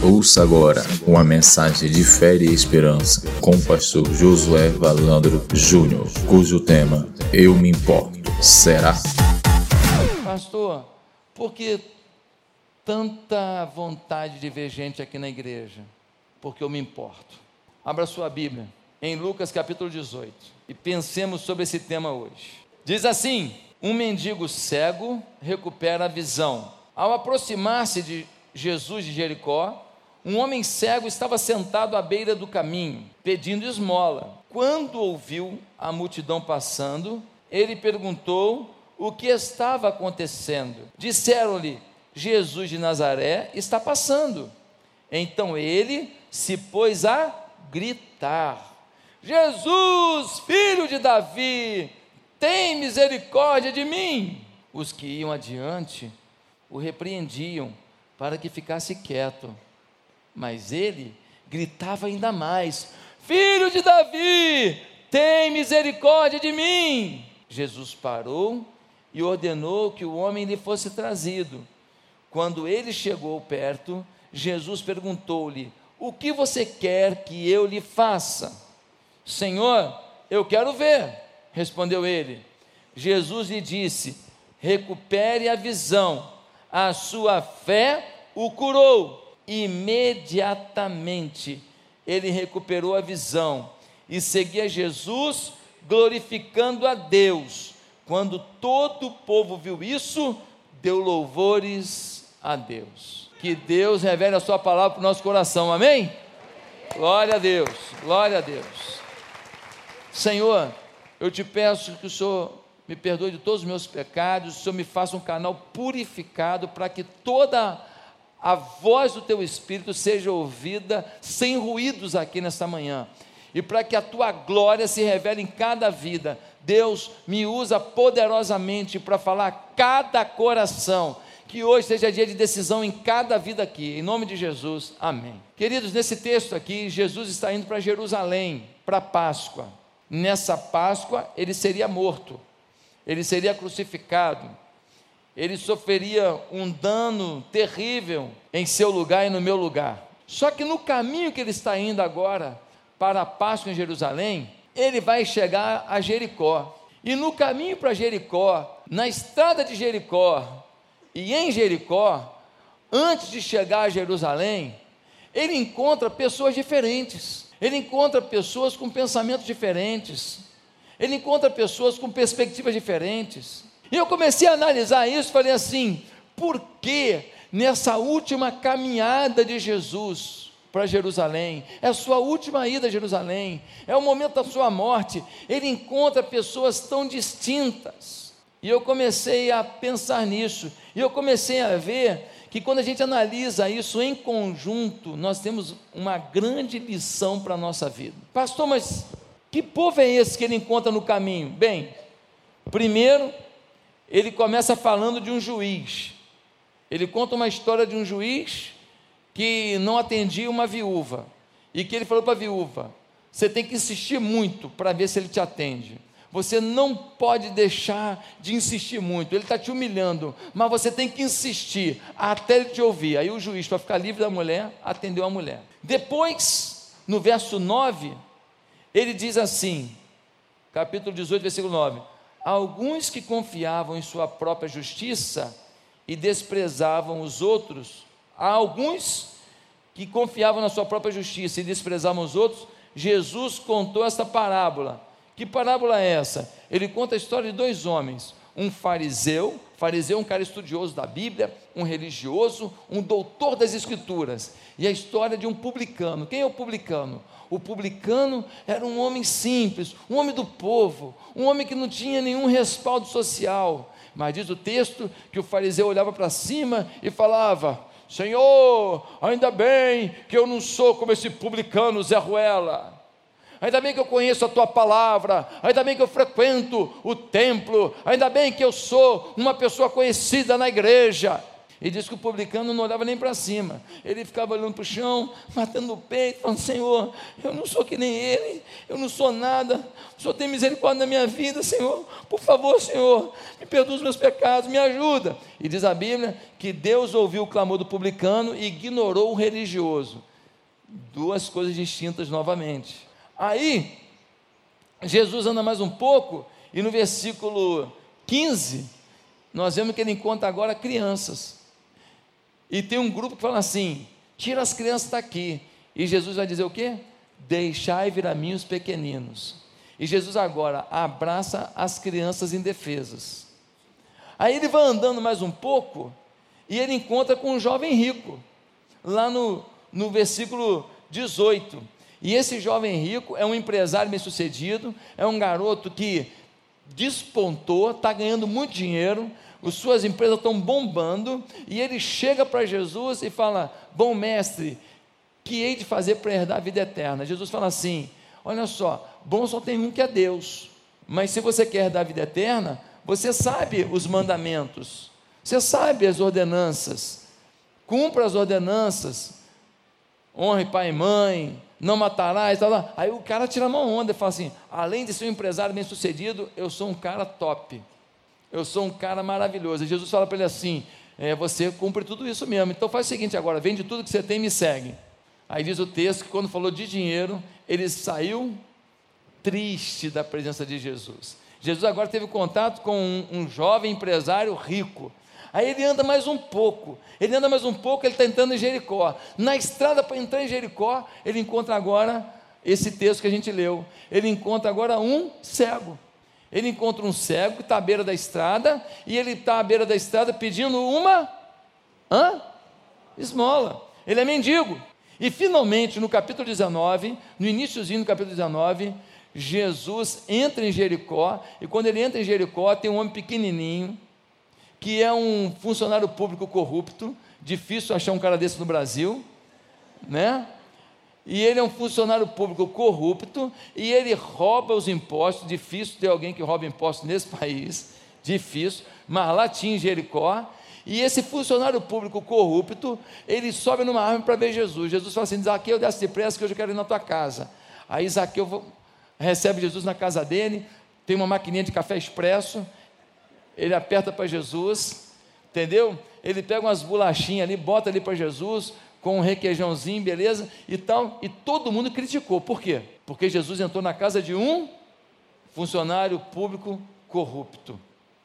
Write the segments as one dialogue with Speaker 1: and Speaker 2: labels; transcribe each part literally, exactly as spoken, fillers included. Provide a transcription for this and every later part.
Speaker 1: Ouça agora uma mensagem de fé e esperança com o pastor Josué Valandro Júnior, cujo tema Eu Me Importo. Será?
Speaker 2: Pastor, por que tanta vontade de ver gente aqui na igreja? Porque eu me importo. Abra sua Bíblia em Lucas capítulo dezoito e pensemos sobre esse tema hoje. Diz assim: um mendigo cego recupera a visão. Ao aproximar-se de Jesus de Jericó, um homem cego estava sentado à beira do caminho, pedindo esmola. Quando ouviu a multidão passando, ele perguntou o que estava acontecendo. Disseram-lhe: Jesus de Nazaré está passando. Então ele se pôs a gritar: Jesus, filho de Davi, tem misericórdia de mim. Os que iam adiante o repreendiam para que ficasse quieto. Mas ele gritava ainda mais: Filho de Davi, tem misericórdia de mim. Jesus parou e ordenou que o homem lhe fosse trazido. Quando ele chegou perto, Jesus perguntou-lhe: o que você quer que eu lhe faça? Senhor, eu quero ver, respondeu ele. Jesus lhe disse: recupere a visão, a sua fé o curou. Imediatamente ele recuperou a visão e seguia Jesus, glorificando a Deus. Quando todo o povo viu isso, deu louvores a Deus. Que Deus revele a sua palavra para o nosso coração, amém? Glória a Deus, glória a Deus. Senhor, eu te peço que o Senhor me perdoe de todos os meus pecados, o Senhor me faça um canal purificado para que toda a voz do teu Espírito seja ouvida sem ruídos aqui nesta manhã, e para que a tua glória se revele em cada vida. Deus, me usa poderosamente para falar a cada coração, que hoje seja dia de decisão em cada vida aqui, em nome de Jesus, amém. Queridos, nesse texto aqui, Jesus está indo para Jerusalém, para a Páscoa. Nessa Páscoa ele seria morto, ele seria crucificado, ele sofreria um dano terrível em seu lugar e no meu lugar. Só que no caminho que ele está indo agora para a Páscoa em Jerusalém, ele vai chegar a Jericó. E no caminho para Jericó, na estrada de Jericó e em Jericó, antes de chegar a Jerusalém, ele encontra pessoas diferentes. Ele encontra pessoas com pensamentos diferentes. Ele encontra pessoas com perspectivas diferentes. E eu comecei a analisar isso, falei assim: por que nessa última caminhada de Jesus para Jerusalém, é a sua última ida a Jerusalém, é o momento da sua morte, ele encontra pessoas tão distintas? E eu comecei a pensar nisso, e eu comecei a ver que quando a gente analisa isso em conjunto, nós temos uma grande lição para a nossa vida. Pastor, mas que povo é esse que ele encontra no caminho? Bem, primeiro, ele começa falando de um juiz. Ele conta uma história de um juiz que não atendia uma viúva, e que ele falou para a viúva: você tem que insistir muito para ver se ele te atende, você não pode deixar de insistir muito, ele está te humilhando, mas você tem que insistir até ele te ouvir. Aí o juiz, para ficar livre da mulher, atendeu a mulher. Depois, no verso nove, ele diz assim, capítulo dezoito, versículo nove: alguns que confiavam em sua própria justiça e desprezavam os outros, há alguns que confiavam na sua própria justiça e desprezavam os outros, Jesus contou esta parábola. Que parábola é essa? Ele conta a história de dois homens, um fariseu, fariseu é um cara estudioso da Bíblia, um religioso, um doutor das Escrituras, e a história de um publicano. Quem é o publicano? O publicano era um homem simples, um homem do povo, um homem que não tinha nenhum respaldo social, mas diz o texto que o fariseu olhava para cima e falava: Senhor, ainda bem que eu não sou como esse publicano Zé Ruela, ainda bem que eu conheço a tua palavra, ainda bem que eu frequento o templo, ainda bem que eu sou uma pessoa conhecida na igreja. E diz que o publicano não olhava nem para cima, ele ficava olhando para o chão, matando o peito, falando: Senhor, eu não sou que nem ele, eu não sou nada, o Senhor tem misericórdia na minha vida, Senhor, por favor, Senhor, me perdoa os meus pecados, me ajuda. E diz a Bíblia que Deus ouviu o clamor do publicano e ignorou o religioso. Duas coisas distintas novamente. Aí, Jesus anda mais um pouco, e no versículo quinze, nós vemos que ele encontra agora crianças, e tem um grupo que fala assim: tira as crianças daqui, e Jesus vai dizer o quê? Deixai vir a mim os pequeninos. E Jesus agora abraça as crianças indefesas. Aí ele vai andando mais um pouco, e ele encontra com um jovem rico, lá no, no versículo dezoito, e esse jovem rico é um empresário bem sucedido, é um garoto que despontou, está ganhando muito dinheiro, as suas empresas estão bombando, e ele chega para Jesus e fala: bom mestre, que hei de fazer para herdar a vida eterna? Jesus fala assim: olha só, bom só tem um, que é Deus, mas se você quer herdar a vida eterna, você sabe os mandamentos, você sabe as ordenanças, cumpra as ordenanças, honre pai e mãe, não matarás, tal, tal. Aí o cara tira uma onda e fala assim: além de ser um empresário bem sucedido, eu sou um cara top, eu sou um cara maravilhoso. E Jesus fala para ele assim: é, você cumpre tudo isso mesmo, então faz o seguinte agora, vende tudo que você tem e me segue. Aí diz o texto que quando falou de dinheiro, ele saiu triste da presença de Jesus. Jesus agora teve contato com um, um jovem empresário rico. Aí ele anda mais um pouco, ele anda mais um pouco, ele está entrando em Jericó. Na estrada para entrar em Jericó, ele encontra agora esse texto que a gente leu. Ele encontra agora um cego. Ele encontra um cego que está à beira da estrada, e ele está à beira da estrada pedindo uma hã? esmola. Ele é mendigo. E finalmente, no capítulo dezenove, no iniciozinho do capítulo dezenove, Jesus entra em Jericó, e quando ele entra em Jericó, tem um homem pequenininho, que é um funcionário público corrupto. Difícil achar um cara desse no Brasil, né? E ele é um funcionário público corrupto, e ele rouba os impostos. Difícil ter alguém que rouba impostos nesse país, difícil, mas lá tinha em Jericó. E esse funcionário público corrupto, ele sobe numa árvore para ver Jesus. Jesus fala assim: Zaqueu, desce depressa que hoje eu quero ir na tua casa. Aí Zaqueu recebe Jesus na casa dele, tem uma maquininha de café expresso, ele aperta para Jesus, entendeu? Ele pega umas bolachinhas ali, bota ali para Jesus, com um requeijãozinho, beleza, e tal, e todo mundo criticou. Por quê? Porque Jesus entrou na casa de um funcionário público corrupto,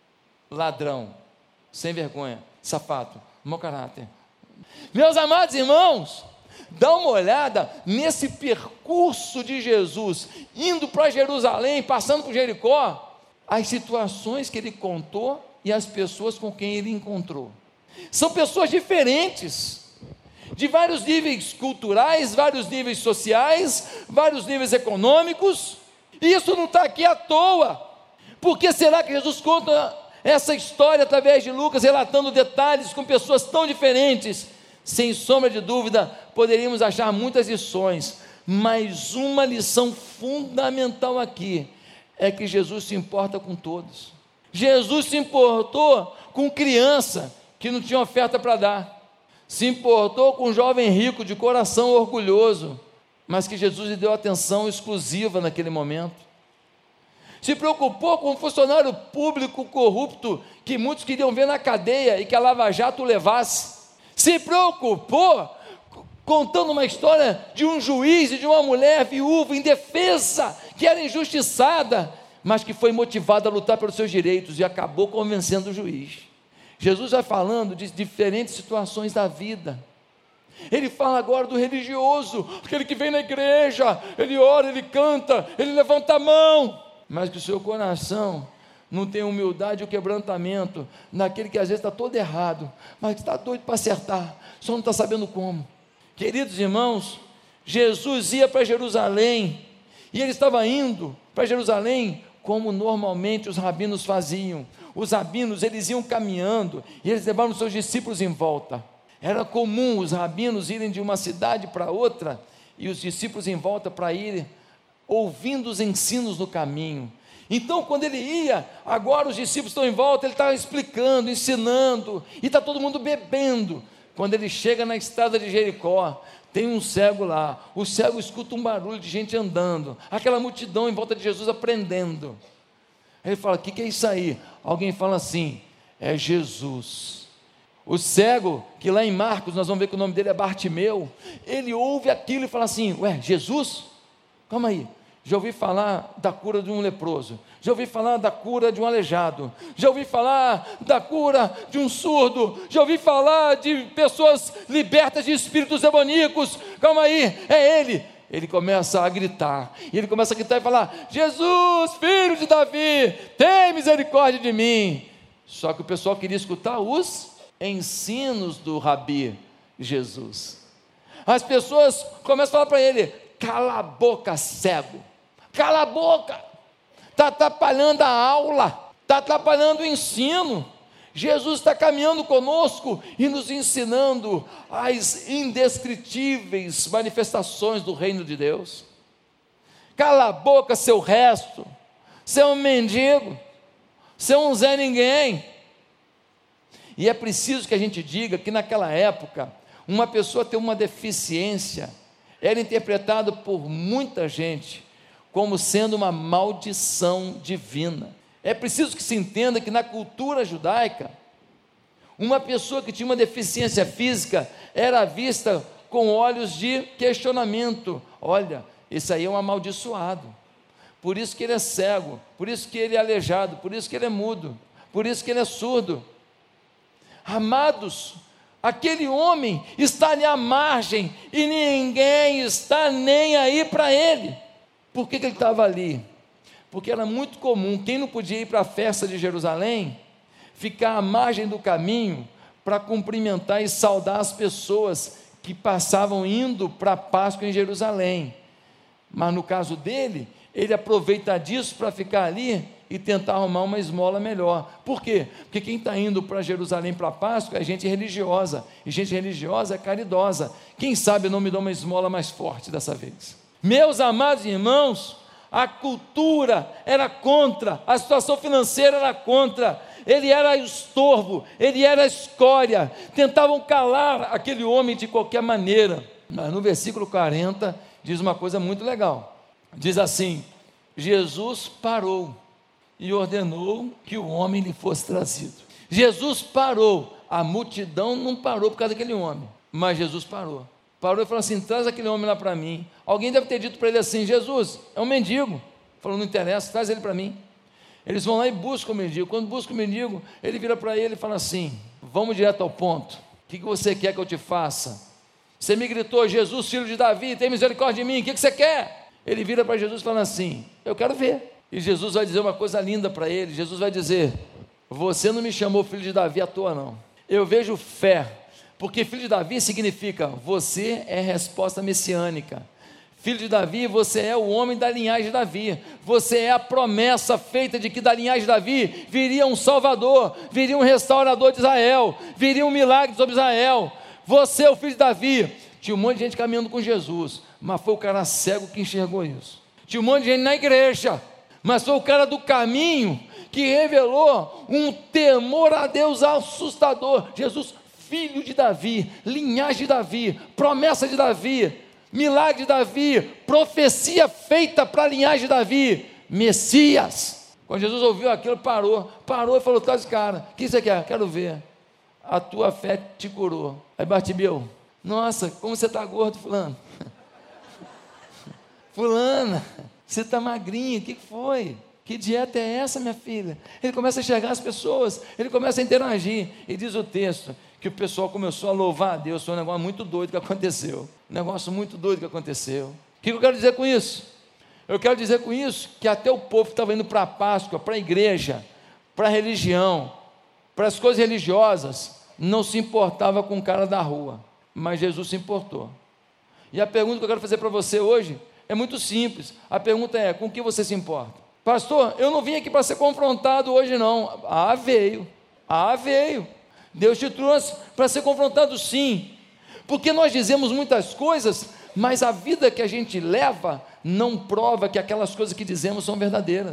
Speaker 2: ladrão, sem vergonha, safado, mau caráter. Meus amados irmãos, dá uma olhada nesse percurso de Jesus, indo para Jerusalém, passando por Jericó, as situações que ele contou e as pessoas com quem ele encontrou. São pessoas diferentes, de vários níveis culturais, vários níveis sociais, vários níveis econômicos, e isso não está aqui à toa. Por que será que Jesus conta essa história através de Lucas, relatando detalhes com pessoas tão diferentes? Sem sombra de dúvida, poderíamos achar muitas lições, mas uma lição fundamental aqui é que Jesus se importa com todos. Jesus se importou com criança que não tinha oferta para dar, se importou com um jovem rico de coração orgulhoso, mas que Jesus lhe deu atenção exclusiva naquele momento. Se preocupou com um funcionário público corrupto que muitos queriam ver na cadeia e que a Lava Jato levasse. Se preocupou contando uma história de um juiz e de uma mulher viúva, indefesa, que era injustiçada, mas que foi motivada a lutar pelos seus direitos e acabou convencendo o juiz. Jesus vai falando de diferentes situações da vida. Ele fala agora do religioso, aquele que vem na igreja, ele ora, ele canta, ele levanta a mão, mas que o seu coração não tem humildade e o quebrantamento naquele que às vezes está todo errado, mas que está doido para acertar, só não está sabendo como. Queridos irmãos, Jesus ia para Jerusalém, e ele estava indo para Jerusalém como normalmente os rabinos faziam. Os rabinos, eles iam caminhando, e eles levavam seus discípulos em volta. Era comum os rabinos irem de uma cidade para outra, e os discípulos em volta para irem, ouvindo os ensinos no caminho. Então, quando ele ia, agora os discípulos estão em volta, ele está explicando, ensinando, e está todo mundo bebendo. Quando ele chega na estrada de Jericó, tem um cego lá, o cego escuta um barulho de gente andando, aquela multidão em volta de Jesus aprendendo. Ele fala: o que, que é isso aí? Alguém fala assim: é Jesus. O cego, que lá em Marcos nós vamos ver que o nome dele é Bartimeu, ele ouve aquilo e fala assim: ué, Jesus? Calma aí, já ouvi falar da cura de um leproso, já ouvi falar da cura de um aleijado, já ouvi falar da cura de um surdo, já ouvi falar de pessoas libertas de espíritos demoníacos. Calma aí, é ele. Ele começa a gritar, e ele começa a gritar e falar: Jesus, filho de Davi, tem misericórdia de mim. Só que o pessoal queria escutar os ensinos do Rabi Jesus. As pessoas começam a falar para ele: cala a boca, cego, cala a boca, está atrapalhando a aula, está atrapalhando o ensino. Jesus está caminhando conosco e nos ensinando as indescritíveis manifestações do reino de Deus. Cala a boca, seu resto, você é um mendigo, você é um Zé Ninguém. E é preciso que a gente diga que naquela época, uma pessoa ter uma deficiência era interpretado por muita gente como sendo uma maldição divina. É preciso que se entenda que na cultura judaica, uma pessoa que tinha uma deficiência física era vista com olhos de questionamento: olha, esse aí é um amaldiçoado, por isso que ele é cego, por isso que ele é aleijado, por isso que ele é mudo, por isso que ele é surdo. Amados, aquele homem está ali à margem e ninguém está nem aí para ele. Por que, que ele estava ali? Porque era muito comum, quem não podia ir para a festa de Jerusalém, ficar à margem do caminho para cumprimentar e saudar as pessoas que passavam indo para a Páscoa em Jerusalém. Mas no caso dele, ele aproveita disso para ficar ali e tentar arrumar uma esmola melhor. Por quê? Porque quem está indo para Jerusalém para a Páscoa é gente religiosa, e gente religiosa é caridosa. Quem sabe não me dá uma esmola mais forte dessa vez? Meus amados irmãos, a cultura era contra, a situação financeira era contra, ele era estorvo, ele era escória, tentavam calar aquele homem de qualquer maneira. Mas no versículo quarenta diz uma coisa muito legal, diz assim: Jesus parou e ordenou que o homem lhe fosse trazido. Jesus parou, a multidão não parou por causa daquele homem, mas Jesus parou, parou e falou assim: traz aquele homem lá para mim. Alguém deve ter dito para ele assim: Jesus, é um mendigo. Falou: não interessa, traz ele para mim. Eles vão lá e buscam o mendigo. Quando buscam o mendigo, ele vira para ele e fala assim: vamos direto ao ponto, o que, que você quer que eu te faça? Você me gritou: Jesus, filho de Davi, tem misericórdia de mim, o que, que você quer? Ele vira para Jesus e fala assim: eu quero ver. E Jesus vai dizer uma coisa linda para ele. Jesus vai dizer: você não me chamou filho de Davi à toa não, eu vejo fé, porque filho de Davi significa você é resposta messiânica. Filho de Davi, você é o homem da linhagem de Davi, você é a promessa feita de que da linhagem de Davi viria um Salvador, viria um restaurador de Israel, viria um milagre sobre Israel. Você é o filho de Davi. Tinha um monte de gente caminhando com Jesus, mas foi o cara cego que enxergou isso. Tinha um monte de gente na igreja, mas foi o cara do caminho que revelou um temor a Deus assustador. Jesus, filho de Davi, linhagem de Davi, promessa de Davi, milagre de Davi, profecia feita para a linhagem de Davi, Messias. Quando Jesus ouviu aquilo, parou, parou e falou: traz esse cara, o que você quer? Quero ver. A tua fé te curou. Aí Bartimeu: nossa, como você está gordo, fulano. Fulana, você está magrinho, o que foi? Que dieta é essa, minha filha? Ele começa a enxergar as pessoas, ele começa a interagir, e diz o texto que o pessoal começou a louvar a Deus. Foi um negócio muito doido que aconteceu, um negócio muito doido que aconteceu. O que eu quero dizer com isso? Eu quero dizer com isso que até o povo que estava indo para a Páscoa, para a igreja, para a religião, para as coisas religiosas, não se importava com o cara da rua, mas Jesus se importou. E a pergunta que eu quero fazer para você hoje é muito simples. A pergunta é: com o que você se importa? Pastor, eu não vim aqui para ser confrontado hoje não. Ah, veio, ah, veio. Deus te trouxe para ser confrontado, sim, porque nós dizemos muitas coisas, mas a vida que a gente leva não prova que aquelas coisas que dizemos são verdadeiras.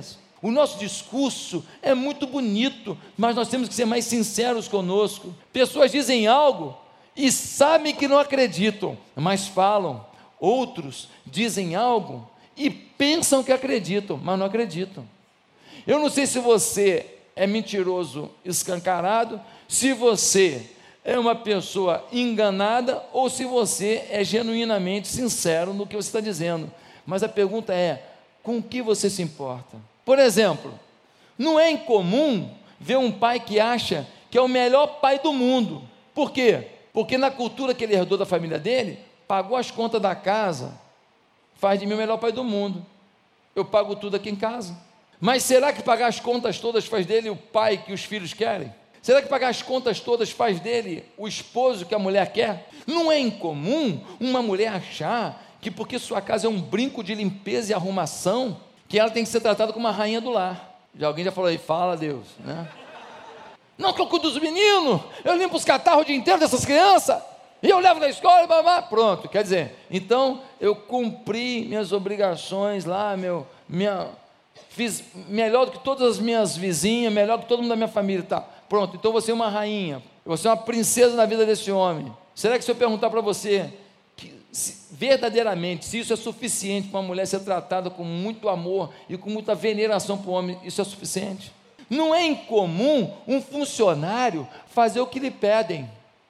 Speaker 2: O nosso discurso é muito bonito, mas nós temos que ser mais sinceros conosco. Pessoas dizem algo e sabem que não acreditam, mas falam. Outros dizem algo e pensam que acreditam, mas não acreditam. Eu não sei se você é mentiroso escancarado, se você é uma pessoa enganada ou se você é genuinamente sincero no que você está dizendo. Mas a pergunta é, com o que você se importa? Por exemplo, não é incomum ver um pai que acha que é o melhor pai do mundo. Por quê? Porque na cultura que ele herdou da família dele, pagou as contas da casa, faz de mim o melhor pai do mundo. Eu pago tudo aqui em casa. Mas será que pagar as contas todas faz dele o pai que os filhos querem? Será que pagar as contas todas faz dele o esposo que a mulher quer? Não é incomum uma mulher achar que porque sua casa é um brinco de limpeza e arrumação, que ela tem que ser tratada como uma rainha do lar. Já alguém já falou aí, fala Deus, né? Não, que eu cuido dos meninos, eu limpo os catarros o dia inteiro dessas crianças, e eu levo na escola, blá, blá. Pronto, quer dizer, então eu cumpri minhas obrigações lá, meu, minha, fiz melhor do que todas as minhas vizinhas, melhor do que todo mundo da minha família, tá? Pronto, então você é uma rainha, você é uma princesa na vida desse homem. Será que se eu perguntar para você, que, se, verdadeiramente, se isso é suficiente para uma mulher ser tratada com muito amor e com muita veneração para o homem, isso é suficiente? Não é incomum um funcionário fazer o que lhe pedem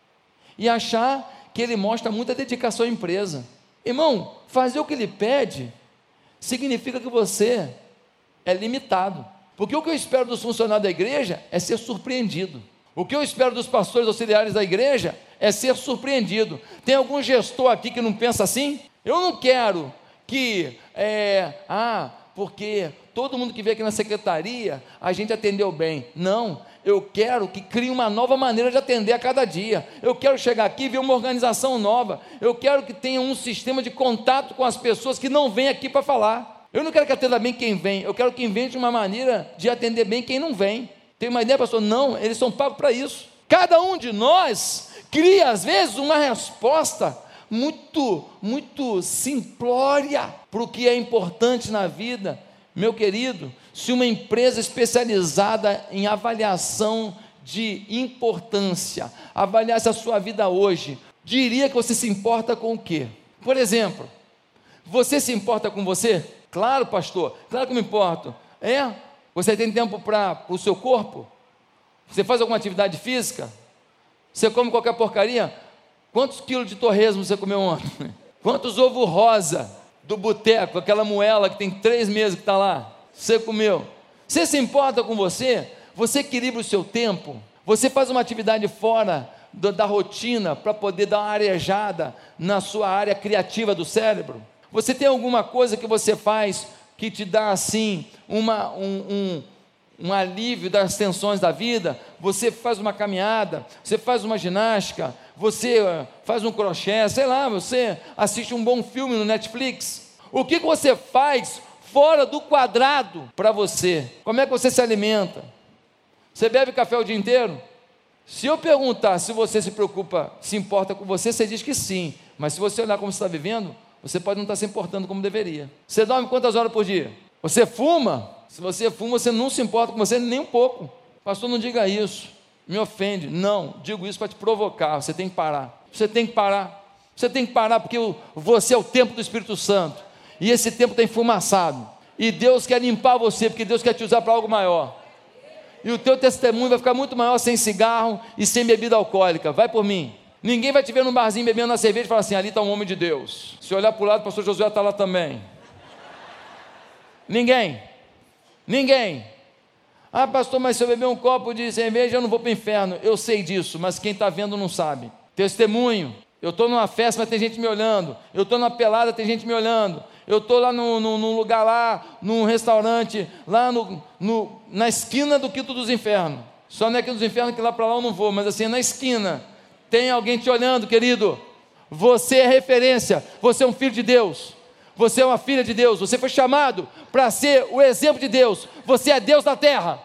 Speaker 2: e achar que ele mostra muita dedicação à empresa. Irmão, fazer o que lhe pede significa que você é limitado. Porque o que eu espero dos funcionários da igreja é ser surpreendido. O que eu espero dos pastores auxiliares da igreja é ser surpreendido. Tem algum gestor aqui que não pensa assim? Eu não quero que, é, ah, porque todo mundo que vem aqui na secretaria, a gente atendeu bem. Não, eu quero que crie uma nova maneira de atender a cada dia. Eu quero chegar aqui e ver uma organização nova. Eu quero que tenha um sistema de contato com as pessoas que não vêm aqui para falar. Eu não quero que atenda bem quem vem, eu quero que invente uma maneira de atender bem quem não vem. Tem uma ideia, pastor? Não, eles são pagos para isso. Cada um de nós cria, às vezes, uma resposta muito, muito simplória para o que é importante na vida. Meu querido, se uma empresa especializada em avaliação de importância avaliasse a sua vida hoje, diria que você se importa com o quê? Por exemplo, você se importa com você? Claro, pastor, claro que me importo. É? Você tem tempo para o seu corpo? Você faz alguma atividade física? Você come qualquer porcaria? Quantos quilos de torresmo você comeu ontem? Quantos ovos rosa do boteco, aquela moela que tem três meses que está lá, você comeu? Você se importa com você? Você equilibra o seu tempo? Você faz uma atividade fora do, da rotina para poder dar uma arejada na sua área criativa do cérebro? Você tem alguma coisa que você faz que te dá assim uma, um, um, um alívio das tensões da vida? Você faz uma caminhada, você faz uma ginástica, você faz um crochê, sei lá, você assiste um bom filme no Netflix. O que você faz fora do quadrado para você? Como é que você se alimenta? Você bebe café o dia inteiro? Se eu perguntar se você se preocupa, se importa com você, você diz que sim, mas se você olhar como você está vivendo, você pode não estar se importando como deveria. Você dorme quantas horas por dia? Você fuma? Se você fuma, você não se importa com você nem um pouco. Pastor, não diga isso, me ofende. Não, digo isso para te provocar. Você tem que parar. Você tem que parar. Você tem que parar porque você é o templo do Espírito Santo. E esse templo está enfumaçado. E Deus quer limpar você, porque Deus quer te usar para algo maior. E o teu testemunho vai ficar muito maior sem cigarro e sem bebida alcoólica. Vai por mim. Ninguém vai te ver num barzinho bebendo na cerveja e falar assim, ali está um homem de Deus. Se olhar para o lado, o pastor Josué está lá também. Ninguém. Ninguém. Ah, pastor, mas se eu beber um copo de cerveja, eu não vou para o inferno. Eu sei disso, mas quem está vendo não sabe. Testemunho. Eu estou numa festa, mas tem gente me olhando. Eu estou numa pelada, tem gente me olhando. Eu estou lá no, no, num lugar lá, num restaurante, lá no, no, na esquina do quinto dos infernos. Só não é quinto dos infernos que lá para lá eu não vou, mas assim, na esquina. Tem alguém te olhando, querido. Você é referência. Você é um filho de Deus. Você é uma filha de Deus. Você foi chamado para ser o exemplo de Deus. Você é Deus na terra.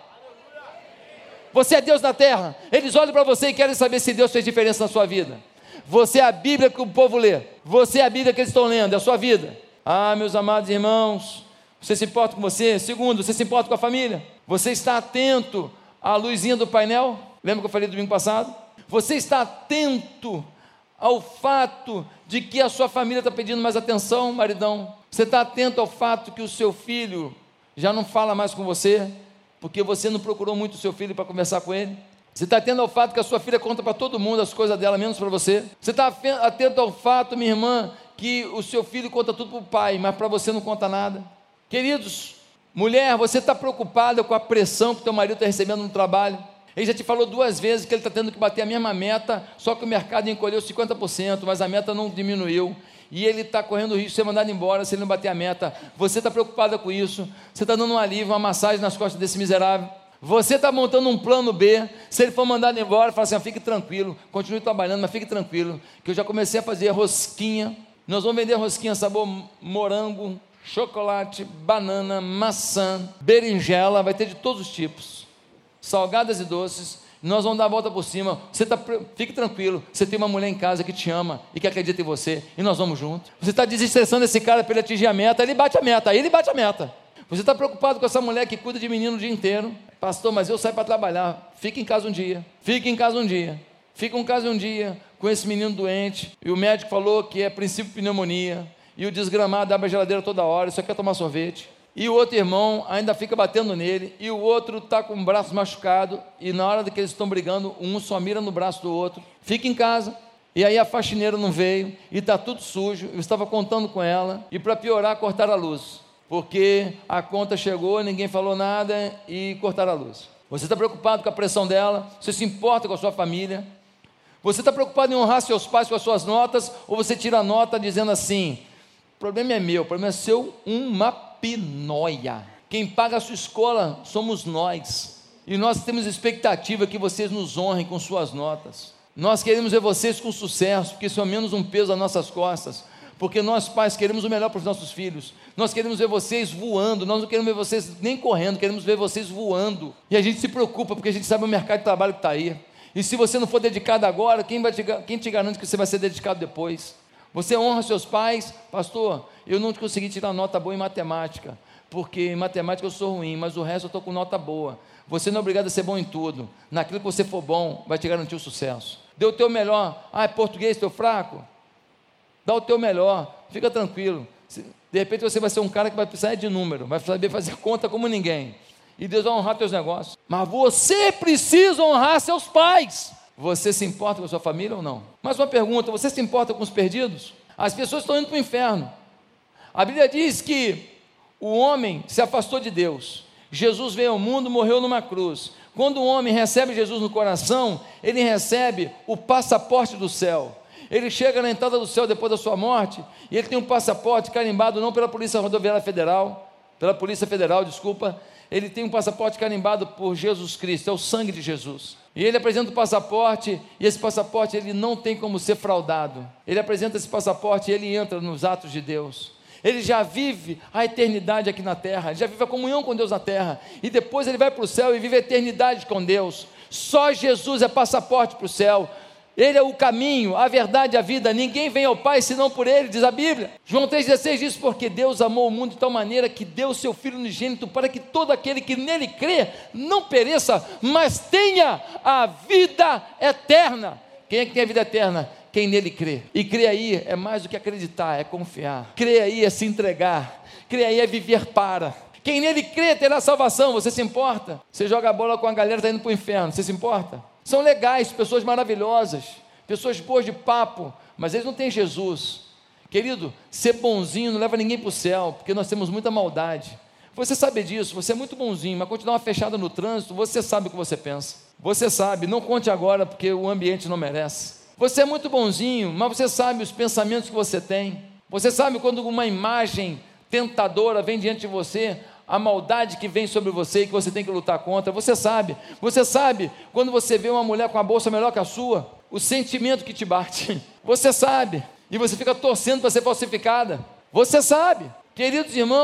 Speaker 2: Você é Deus na terra. Eles olham para você e querem saber se Deus fez diferença na sua vida. Você é a Bíblia que o povo lê. Você é a Bíblia que eles estão lendo. É a sua vida. Ah, meus amados irmãos, Você se importa com você? Segundo, você se importa com a família? Você está atento à luzinha do painel? Lembra que eu falei domingo passado? Você está atento ao fato de que a sua família está pedindo mais atenção, maridão? Você está atento ao fato que o seu filho já não fala mais com você, porque você não procurou muito o seu filho para conversar com ele? Você está atento ao fato que a sua filha conta para todo mundo as coisas dela, menos para você? Você está atento ao fato, minha irmã, que o seu filho conta tudo para o pai, mas para você não conta nada? Queridos, mulher, você está preocupada com a pressão que teu marido está recebendo no trabalho? Ele já te falou duas vezes que ele está tendo que bater a mesma meta, só que o mercado encolheu cinquenta por cento, mas a meta não diminuiu, e ele está correndo o risco de ser mandado embora se ele não bater a meta. Você está preocupada com isso? Você está dando um alívio, uma massagem nas costas desse miserável? Você está montando um plano B, se ele for mandado embora, fala assim, ah, fique tranquilo, continue trabalhando, mas fique tranquilo, que eu já comecei a fazer rosquinha. Nós vamos vender rosquinha sabor morango, chocolate, banana, maçã, berinjela, vai ter de todos os tipos, salgadas e doces. Nós vamos dar a volta por cima. Você tá, fique tranquilo, você tem uma mulher em casa que te ama e que acredita em você, e nós vamos juntos. Você está desestressando esse cara para ele atingir a meta, ele bate a meta, aí ele bate a meta. Você está preocupado com essa mulher que cuida de menino o dia inteiro? Pastor, mas eu saio para trabalhar. Fique em casa um dia, fique em casa um dia, fique em casa um dia com esse menino doente, e o médico falou que é princípio de pneumonia, e o desgramado abre a geladeira toda hora, só quer tomar sorvete, e o outro irmão ainda fica batendo nele, e o outro está com o braço machucado, e na hora que eles estão brigando, um só mira no braço do outro. Fica em casa. E aí a faxineira não veio, e está tudo sujo. Eu estava contando com ela, e para piorar, cortaram a luz, porque a conta chegou, ninguém falou nada, e cortaram a luz. Você está preocupado com a pressão dela? Você se importa com a sua família? Você está preocupado em honrar seus pais com as suas notas, ou você tira a nota dizendo assim, o problema é meu, o problema é seu, uma pinóia. Quem paga a sua escola somos nós, e nós temos expectativa que vocês nos honrem com suas notas. Nós queremos ver vocês com sucesso, porque isso é menos um peso nas nossas costas, porque nós pais queremos o melhor para os nossos filhos. Nós queremos ver vocês voando, nós não queremos ver vocês nem correndo, queremos ver vocês voando, e a gente se preocupa, porque a gente sabe o mercado de trabalho que está aí, e se você não for dedicado agora, quem, vai te, quem te garante que você vai ser dedicado depois? Você honra seus pais? Pastor, eu não consegui tirar nota boa em matemática, porque em matemática eu sou ruim, mas o resto eu estou com nota boa. Você não é obrigado a ser bom em tudo, naquilo que você for bom, vai te garantir o sucesso. Dê o teu melhor. Ah, é português teu fraco? Dá o teu melhor, fica tranquilo. De repente você vai ser um cara que vai precisar de número, vai saber fazer conta como ninguém, e Deus vai honrar teus negócios. Mas você precisa honrar seus pais. Você se importa com a sua família ou não? Mais uma pergunta, você se importa com os perdidos? As pessoas estão indo para o inferno. A Bíblia diz que o homem se afastou de Deus. Jesus veio ao mundo, morreu numa cruz. Quando o homem recebe Jesus no coração, ele recebe o passaporte do céu. Ele chega na entrada do céu depois da sua morte, e ele tem um passaporte carimbado não pela Polícia Rodoviária Federal, pela Polícia Federal, desculpa, ele tem um passaporte carimbado por Jesus Cristo, é o sangue de Jesus. E ele apresenta o passaporte, e esse passaporte ele não tem como ser fraudado. Ele apresenta esse passaporte e ele entra nos atos de Deus. Ele já vive a eternidade aqui na terra, ele já vive a comunhão com Deus na terra, e depois ele vai para o céu e vive a eternidade com Deus. Só Jesus é passaporte para o céu. Ele é o caminho, a verdade e a vida. Ninguém vem ao Pai senão por Ele, diz a Bíblia. João três dezesseis diz, porque Deus amou o mundo de tal maneira que deu o seu Filho unigênito para que todo aquele que nele crê não pereça, mas tenha a vida eterna. Quem é que tem a vida eterna? Quem nele crê. E crer aí é mais do que acreditar, é confiar. Crer aí é se entregar. Crer aí é viver para. Quem nele crê terá salvação. Você se importa? Você joga a bola com a galera que está indo para o inferno, você se importa? São legais, pessoas maravilhosas, pessoas boas de papo, mas eles não têm Jesus. Querido, ser bonzinho não leva ninguém para o céu, porque nós temos muita maldade. Você sabe disso, você é muito bonzinho, mas quando dá uma fechada no trânsito, você sabe o que você pensa. Você sabe, não conte agora, porque o ambiente não merece. Você é muito bonzinho, mas você sabe os pensamentos que você tem. Você sabe quando uma imagem tentadora vem diante de você, a maldade que vem sobre você e que você tem que lutar contra. Você sabe, você sabe quando você vê uma mulher com a bolsa melhor que a sua, o sentimento que te bate. Você sabe, e você fica torcendo para ser falsificada. Você sabe. Queridos irmãos,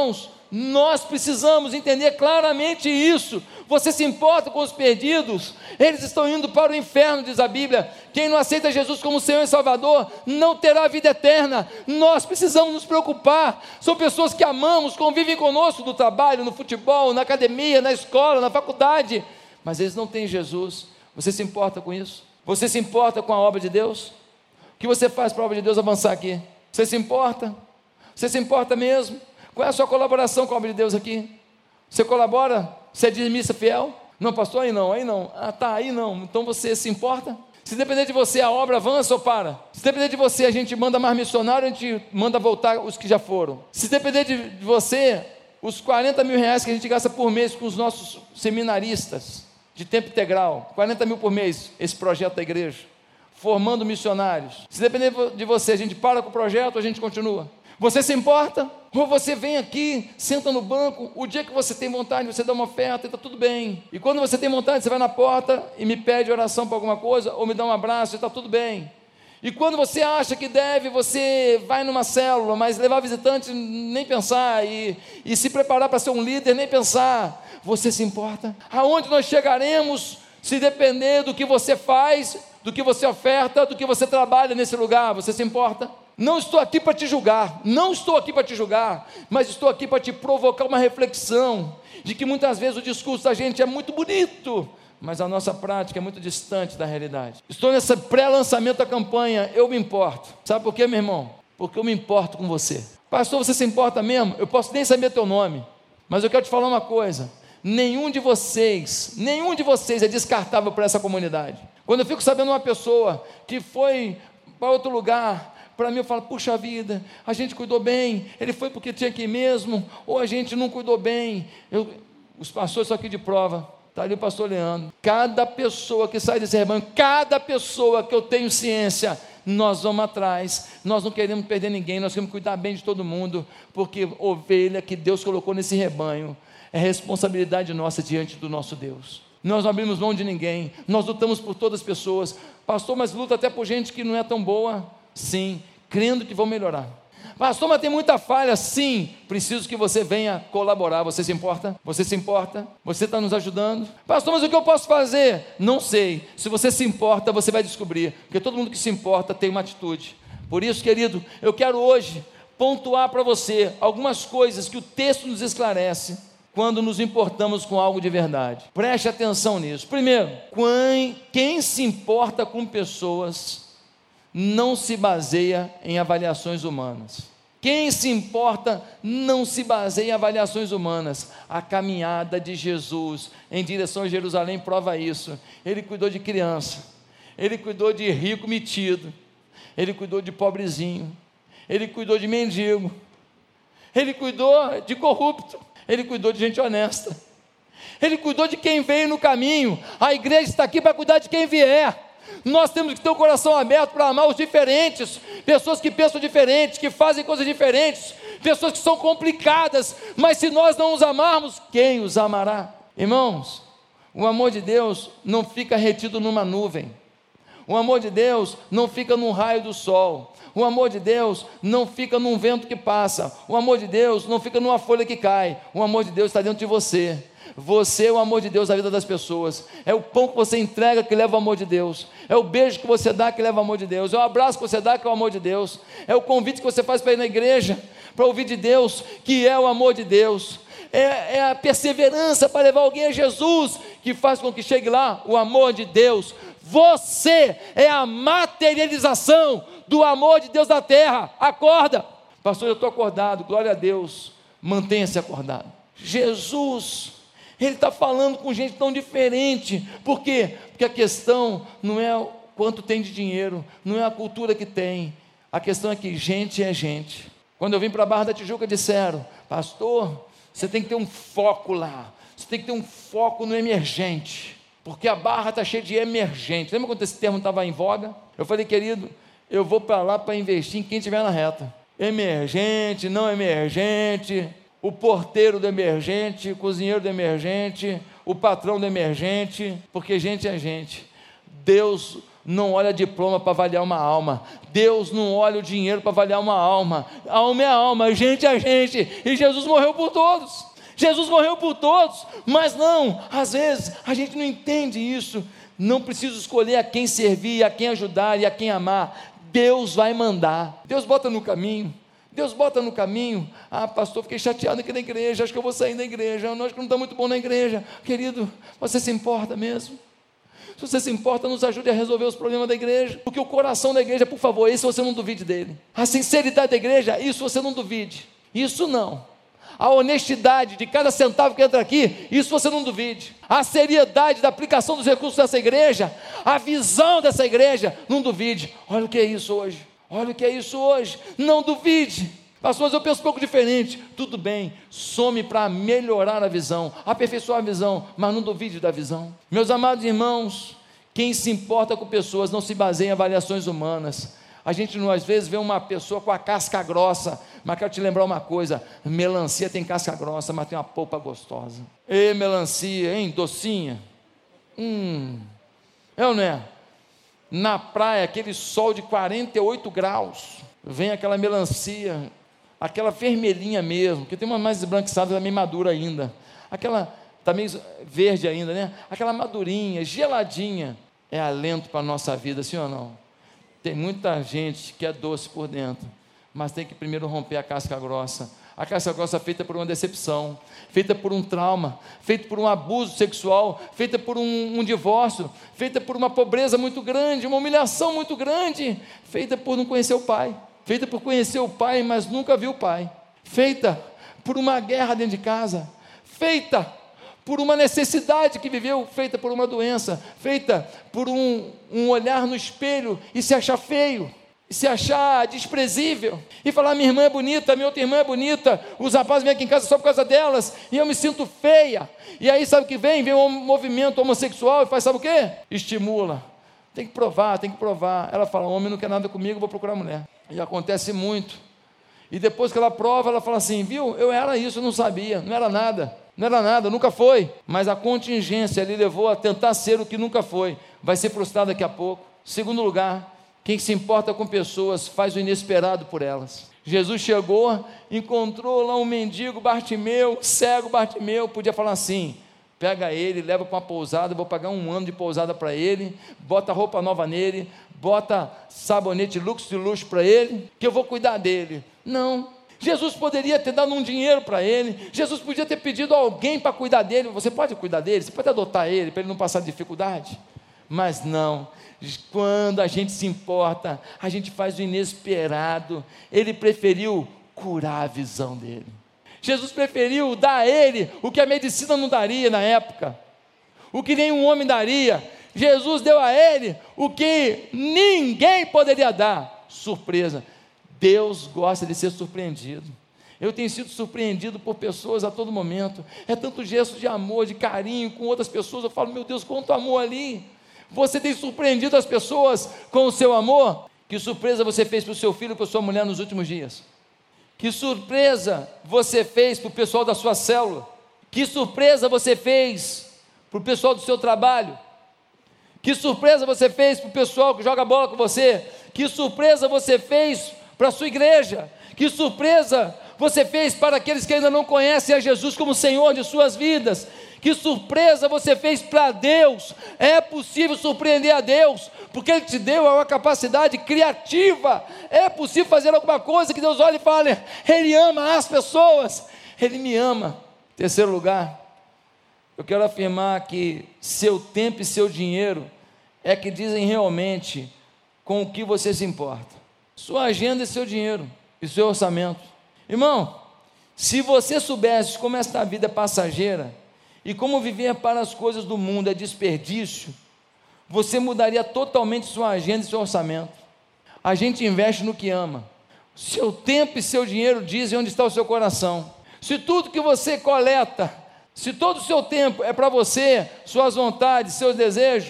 Speaker 2: Nós precisamos entender claramente isso. Você se importa com os perdidos? Eles estão indo para o inferno, diz a Bíblia. Quem não aceita Jesus como Senhor e Salvador não terá vida eterna. Nós precisamos nos preocupar. São pessoas que amamos, convivem conosco no trabalho, no futebol, na academia, na escola, na faculdade, mas eles não têm Jesus. Você se importa com isso? Você se importa com a obra de Deus? O que você faz para a obra de Deus avançar aqui? Você se importa? Você se importa mesmo? Qual é a sua colaboração com a obra de Deus aqui? Você colabora? Você é dizimista fiel? Não, pastor, aí não, aí não. Ah, tá, aí não. Então você se importa? Se depender de você, a obra avança ou para? Se depender de você, a gente manda mais missionário, a gente manda voltar os que já foram. Se depender de você, os quarenta mil reais que a gente gasta por mês com os nossos seminaristas de tempo integral, quarenta mil por mês, esse projeto da igreja, formando missionários. Se depender de você, a gente para com o projeto ou a gente continua? Você se importa? Ou você vem aqui, senta no banco, o dia que você tem vontade, você dá uma oferta e está tudo bem. E quando você tem vontade, você vai na porta e me pede oração para alguma coisa, ou me dá um abraço e está tudo bem. E quando você acha que deve, você vai numa célula, mas levar visitante, nem pensar, e, e se preparar para ser um líder, nem pensar. Você se importa? Aonde nós chegaremos, se depender do que você faz, do que você oferta, do que você trabalha nesse lugar, você se importa? Não estou aqui para te julgar, não estou aqui para te julgar, mas estou aqui para te provocar uma reflexão, de que muitas vezes o discurso da gente é muito bonito, mas a nossa prática é muito distante da realidade. Estou nesse pré-lançamento da campanha, eu me importo. Sabe por quê, meu irmão? Porque eu me importo com você. Pastor, você se importa mesmo? Eu posso nem saber teu nome, mas eu quero te falar uma coisa, nenhum de vocês, nenhum de vocês é descartável para essa comunidade. Quando eu fico sabendo uma pessoa que foi para outro lugar, para mim eu falo, puxa vida, a gente cuidou bem, ele foi porque tinha que ir mesmo, ou a gente não cuidou bem. Eu, os pastores estão aqui de prova, está ali o pastor Leandro. Cada pessoa que sai desse rebanho, cada pessoa que eu tenho ciência, nós vamos atrás, nós não queremos perder ninguém, nós queremos cuidar bem de todo mundo, porque ovelha que Deus colocou nesse rebanho, é responsabilidade nossa diante do nosso Deus. Nós não abrimos mão de ninguém, nós lutamos por todas as pessoas. Pastor, mas luta até por gente que não é tão boa. Sim, crendo que vão melhorar. Pastor, mas tem muita falha. Sim, preciso que você venha colaborar. Você se importa? Você se importa? Você está nos ajudando? Pastor, mas o que eu posso fazer? Não sei. Se você se importa, você vai descobrir, porque todo mundo que se importa tem uma atitude. Por isso, querido, eu quero hoje pontuar para você algumas coisas que o texto nos esclarece quando nos importamos com algo de verdade. Preste atenção nisso. Primeiro, quem se importa com pessoas não se baseia em avaliações humanas. Quem se importa não se baseia em avaliações humanas. A caminhada de Jesus em direção a Jerusalém prova isso. Ele cuidou de criança, ele cuidou de rico metido, ele cuidou de pobrezinho, ele cuidou de mendigo, ele cuidou de corrupto, ele cuidou de gente honesta, ele cuidou de quem veio no caminho. A igreja está aqui para cuidar de quem vier. Nós temos que ter o coração aberto para amar os diferentes, pessoas que pensam diferente, que fazem coisas diferentes, pessoas que são complicadas, mas se nós não os amarmos, quem os amará? Irmãos, o amor de Deus não fica retido numa nuvem, o amor de Deus não fica num raio do sol, o amor de Deus não fica num vento que passa, o amor de Deus não fica numa folha que cai, o amor de Deus está dentro de você. Você é o amor de Deus na vida das pessoas, é o pão que você entrega que leva o amor de Deus, é o beijo que você dá que leva o amor de Deus, é o abraço que você dá que é o amor de Deus, é o convite que você faz para ir na igreja, para ouvir de Deus, que é o amor de Deus, é, é a perseverança para levar alguém a Jesus, que faz com que chegue lá o amor de Deus. Você é a materialização do amor de Deus na terra. Acorda, pastor, eu estou acordado, glória a Deus, mantenha-se acordado. Jesus, Ele está falando com gente tão diferente. Por quê? Porque a questão não é o quanto tem de dinheiro, não é a cultura que tem, a questão é que gente é gente. Quando eu vim para a Barra da Tijuca, disseram, pastor, você tem que ter um foco lá, você tem que ter um foco no emergente, porque a Barra está cheia de emergente. Lembra quando esse termo estava em voga? Eu falei, querido, eu vou para lá para investir em quem estiver na reta. Emergente, não emergente, o porteiro do emergente, o cozinheiro do emergente, o patrão do emergente, porque gente é gente. Deus não olha diploma para avaliar uma alma. Deus não olha o dinheiro para avaliar uma alma. Alma é alma, gente é gente. E Jesus morreu por todos. Jesus morreu por todos. Mas não, às vezes a gente não entende isso. Não preciso escolher a quem servir, a quem ajudar e a quem amar. Deus vai mandar. Deus bota no caminho. Deus bota no caminho. Ah, pastor, fiquei chateado aqui na igreja, acho que eu vou sair da igreja, acho que não está muito bom na igreja. Querido, você se importa mesmo? Se você se importa, nos ajude a resolver os problemas da igreja, porque o coração da igreja, por favor, isso você não duvide dele. A sinceridade da igreja, isso você não duvide. Isso não. A honestidade de cada centavo que entra aqui, isso você não duvide. A seriedade da aplicação dos recursos dessa igreja, a visão dessa igreja, não duvide. Olha o que é isso hoje. Olha o que é isso hoje, não duvide. Pastor, mas eu penso um pouco diferente. Tudo bem, some para melhorar a visão, aperfeiçoar a visão, mas não duvide da visão. Meus amados irmãos, quem se importa com pessoas não se baseia em avaliações humanas. A gente às vezes vê uma pessoa com a casca grossa, mas quero te lembrar uma coisa, melancia tem casca grossa, mas tem uma polpa gostosa. Ê, melancia, hein, docinha. Hum, é ou não é? Na praia, aquele sol de quarenta e oito graus, vem aquela melancia, aquela vermelhinha mesmo, que tem uma mais esbranquiçada, também madura ainda, aquela, está meio verde ainda, né? Aquela madurinha, geladinha, é alento para a nossa vida, sim ou não? Tem muita gente que é doce por dentro, mas tem que primeiro romper a casca grossa. A casca grossa feita por uma decepção, feita por um trauma, feita por um abuso sexual, feita por um, um divórcio, feita por uma pobreza muito grande, uma humilhação muito grande, feita por não conhecer o pai, feita por conhecer o pai, mas nunca viu o pai, feita por uma guerra dentro de casa, feita por uma necessidade que viveu, feita por uma doença, feita por um, um olhar no espelho e se achar feio, e se achar desprezível, e falar, minha irmã é bonita, minha outra irmã é bonita, os rapazes vêm aqui em casa só por causa delas, e eu me sinto feia, e aí sabe o que vem? Vem um movimento homossexual e faz sabe o quê? Estimula, tem que provar, tem que provar, ela fala, homem não quer nada comigo, vou procurar mulher, e acontece muito, e depois que ela prova, ela fala assim, viu, eu era isso, eu não sabia, não era nada, não era nada, nunca foi, mas a contingência lhe levou a tentar ser o que nunca foi, vai ser frustrado daqui a pouco. Segundo lugar, quem se importa com pessoas faz o inesperado por elas. Jesus chegou, encontrou lá um mendigo Bartimeu, cego Bartimeu, podia falar assim, pega ele, leva para uma pousada, vou pagar um ano de pousada para ele, bota roupa nova nele, bota sabonete luxo de luxo para ele, que eu vou cuidar dele. Não, Jesus poderia ter dado um dinheiro para ele, Jesus podia ter pedido a alguém para cuidar dele, você pode cuidar dele, você pode adotar ele, para ele não passar dificuldade, mas não, quando a gente se importa, a gente faz o inesperado. Ele preferiu curar a visão dele, Jesus preferiu dar a ele o que a medicina não daria na época, o que nenhum homem daria. Jesus deu a ele o que ninguém poderia dar, surpresa. Deus gosta de ser surpreendido. Eu tenho sido surpreendido por pessoas a todo momento, é tanto gesto de amor, de carinho com outras pessoas, eu falo, meu Deus, quanto amor ali. Você tem surpreendido as pessoas com o seu amor? Que surpresa você fez para o seu filho e para a sua mulher nos últimos dias? Que surpresa você fez para o pessoal da sua célula? Que surpresa você fez para o pessoal do seu trabalho? Que surpresa você fez para o pessoal que joga bola com você? Que surpresa você fez para a sua igreja? Que surpresa você fez para aqueles que ainda não conhecem a Jesus como Senhor de suas vidas? Que surpresa você fez para Deus? É possível surpreender a Deus, porque Ele te deu uma capacidade criativa. É possível fazer alguma coisa que Deus olhe e fale, Ele ama as pessoas, Ele me ama. Terceiro lugar, eu quero afirmar que seu tempo e seu dinheiro é que dizem realmente com o que você se importa. Sua agenda e seu dinheiro, e seu orçamento. Irmão, se você soubesse como esta vida é passageira, e como viver para as coisas do mundo é desperdício, você mudaria totalmente sua agenda e seu orçamento. A gente investe no que ama. Seu tempo e seu dinheiro dizem onde está o seu coração. Se tudo que você coleta, se todo o seu tempo é para você, suas vontades, seus desejos,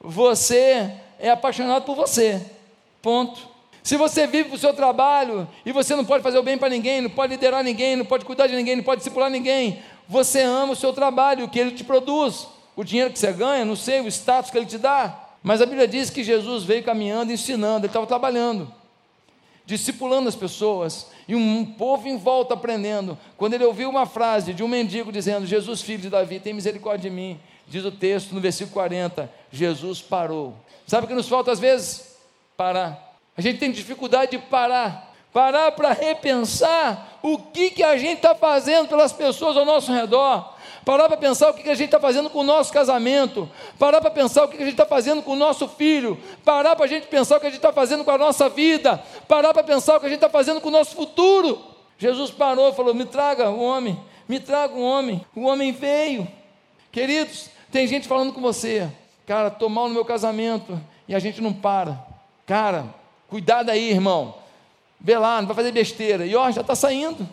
Speaker 2: você é apaixonado por você. Ponto. Se você vive para o seu trabalho e você não pode fazer o bem para ninguém, não pode liderar ninguém, não pode cuidar de ninguém, não pode discipular ninguém, você ama o seu trabalho, o que ele te produz, o dinheiro que você ganha, não sei, o status que ele te dá, Mas a Bíblia diz que Jesus veio caminhando, ensinando, ele estava trabalhando, discipulando as pessoas, e um povo em volta aprendendo. Quando ele ouviu uma frase de um mendigo dizendo: Jesus, filho de Davi, tem misericórdia de mim, diz o texto no versículo quarenta, Jesus parou. Sabe o que nos falta às vezes? Parar. A gente tem dificuldade de parar, parar para repensar o que, que a gente está fazendo pelas pessoas ao nosso redor, parar para pensar o que, que a gente está fazendo com o nosso casamento, parar para pensar o que, que a gente está fazendo com o nosso filho, parar para a gente pensar o que a gente está fazendo com a nossa vida, parar para pensar o que a gente está fazendo com o nosso futuro. Jesus parou e falou: me traga um homem, me traga um homem. O homem veio. Queridos, tem gente falando com você: cara, estou mal no meu casamento, e a gente não para. Cara, cuidado aí, irmão, vê lá, não vai fazer besteira, e ó, já está saindo.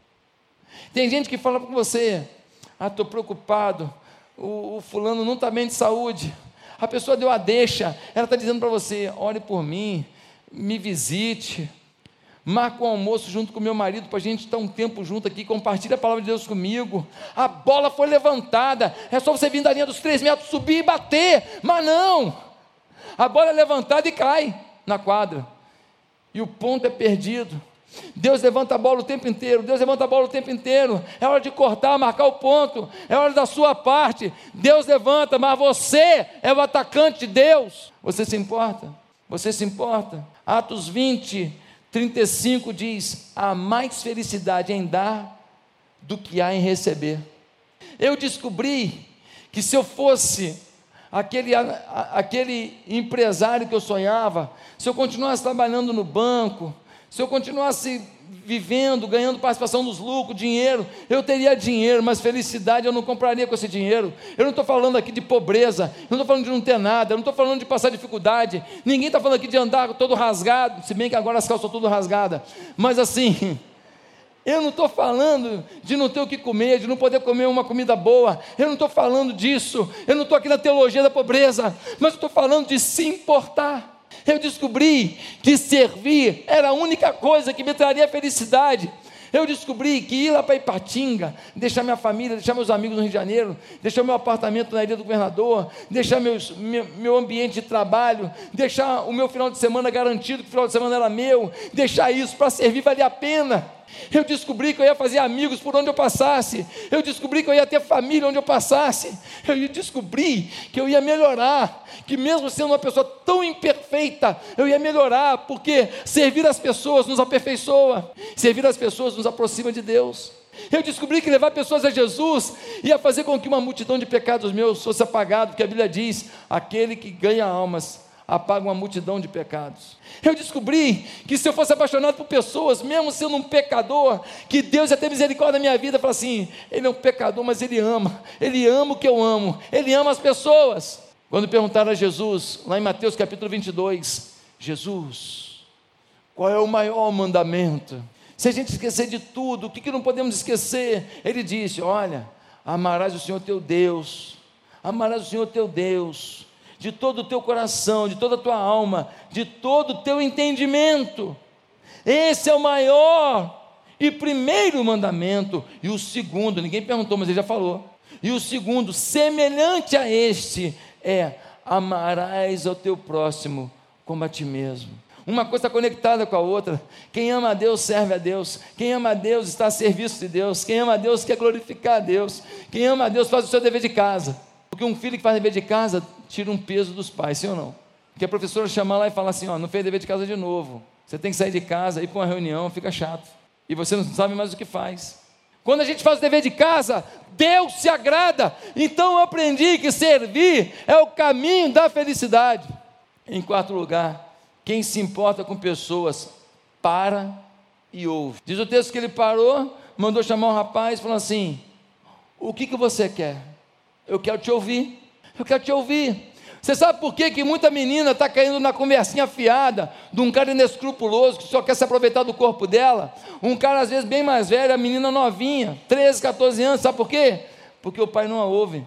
Speaker 2: Tem gente que fala com você: ah, estou preocupado, o, o fulano não está bem de saúde, a pessoa deu a deixa, ela está dizendo para você: ore por mim, me visite, marca um almoço junto com meu marido, para a gente estar um tempo junto aqui, compartilha a palavra de Deus comigo, a bola foi levantada, é só você vir da linha dos três metros, subir e bater, mas não, a bola é levantada e cai na quadra, e o ponto é perdido. Deus levanta a bola o tempo inteiro, Deus levanta a bola o tempo inteiro, é hora de cortar, marcar o ponto, é hora da sua parte, Deus levanta, mas você é o atacante de Deus. Você se importa? Você se importa? Atos vinte, trinta e cinco diz: há mais felicidade em dar do que há em receber. Eu descobri que se eu fosse aquele, aquele empresário que eu sonhava, se eu continuasse trabalhando no banco, se eu continuasse vivendo, ganhando participação nos lucros, dinheiro, eu teria dinheiro, mas felicidade eu não compraria com esse dinheiro. Eu não estou falando aqui de pobreza, eu não estou falando de não ter nada, eu não estou falando de passar dificuldade, ninguém está falando aqui de andar todo rasgado, se bem que agora as calças estão tudo rasgadas, mas assim, eu não estou falando de não ter o que comer, de não poder comer uma comida boa, eu não estou falando disso, eu não estou aqui na teologia da pobreza, mas estou falando de se importar. Eu descobri que servir era a única coisa que me traria felicidade. Eu descobri que ir lá para Ipatinga, deixar minha família, deixar meus amigos no Rio de Janeiro, deixar meu apartamento na Ilha do Governador, deixar meus, meu, meu ambiente de trabalho, deixar o meu final de semana garantido, que o final de semana era meu, deixar isso para servir valia a pena. Eu descobri que eu ia fazer amigos por onde eu passasse, eu descobri que eu ia ter família onde eu passasse, eu descobri que eu ia melhorar, que mesmo sendo uma pessoa tão imperfeita, eu ia melhorar, porque servir as pessoas nos aperfeiçoa, servir as pessoas nos aproxima de Deus. Eu descobri que levar pessoas a Jesus ia fazer com que uma multidão de pecados meus fosse apagado, porque a Bíblia diz: aquele que ganha almas apaga uma multidão de pecados. Eu descobri que se eu fosse apaixonado por pessoas, mesmo sendo um pecador, que Deus ia ter misericórdia da minha vida, falar assim: ele é um pecador, mas ele ama, ele ama o que eu amo, ele ama as pessoas. Quando perguntaram a Jesus, lá em Mateus capítulo vinte e dois, Jesus, qual é o maior mandamento? Se a gente esquecer de tudo, o que, que não podemos esquecer? Ele disse: olha, amarás o Senhor teu Deus, amarás o Senhor teu Deus, de todo o teu coração, de toda a tua alma, de todo o teu entendimento. Esse é o maior e primeiro mandamento. E o segundo, ninguém perguntou, mas ele já falou. E o segundo, semelhante a este, é: amarás ao teu próximo como a ti mesmo. Uma coisa está conectada com a outra. Quem ama a Deus serve a Deus. Quem ama a Deus está a serviço de Deus. Quem ama a Deus quer glorificar a Deus. Quem ama a Deus faz o seu dever de casa. Porque um filho que faz dever de casa tira um peso dos pais, sim ou não? Porque a professora chama lá e fala assim: ó, não fez dever de casa de novo, você tem que sair de casa, ir para uma reunião, fica chato, e você não sabe mais o que faz. Quando a gente faz o dever de casa, Deus se agrada. Então eu aprendi que servir é o caminho da felicidade. Em quarto lugar, quem se importa com pessoas, para e ouve. Diz o texto que ele parou, mandou chamar um rapaz, falou assim: o que, que você quer? Eu quero te ouvir, eu quero te ouvir. Você sabe por que, que muita menina está caindo na conversinha fiada de um cara inescrupuloso, que só quer se aproveitar do corpo dela? Um cara às vezes bem mais velho, a menina novinha, treze, catorze anos, sabe por quê? Porque o pai não a ouve,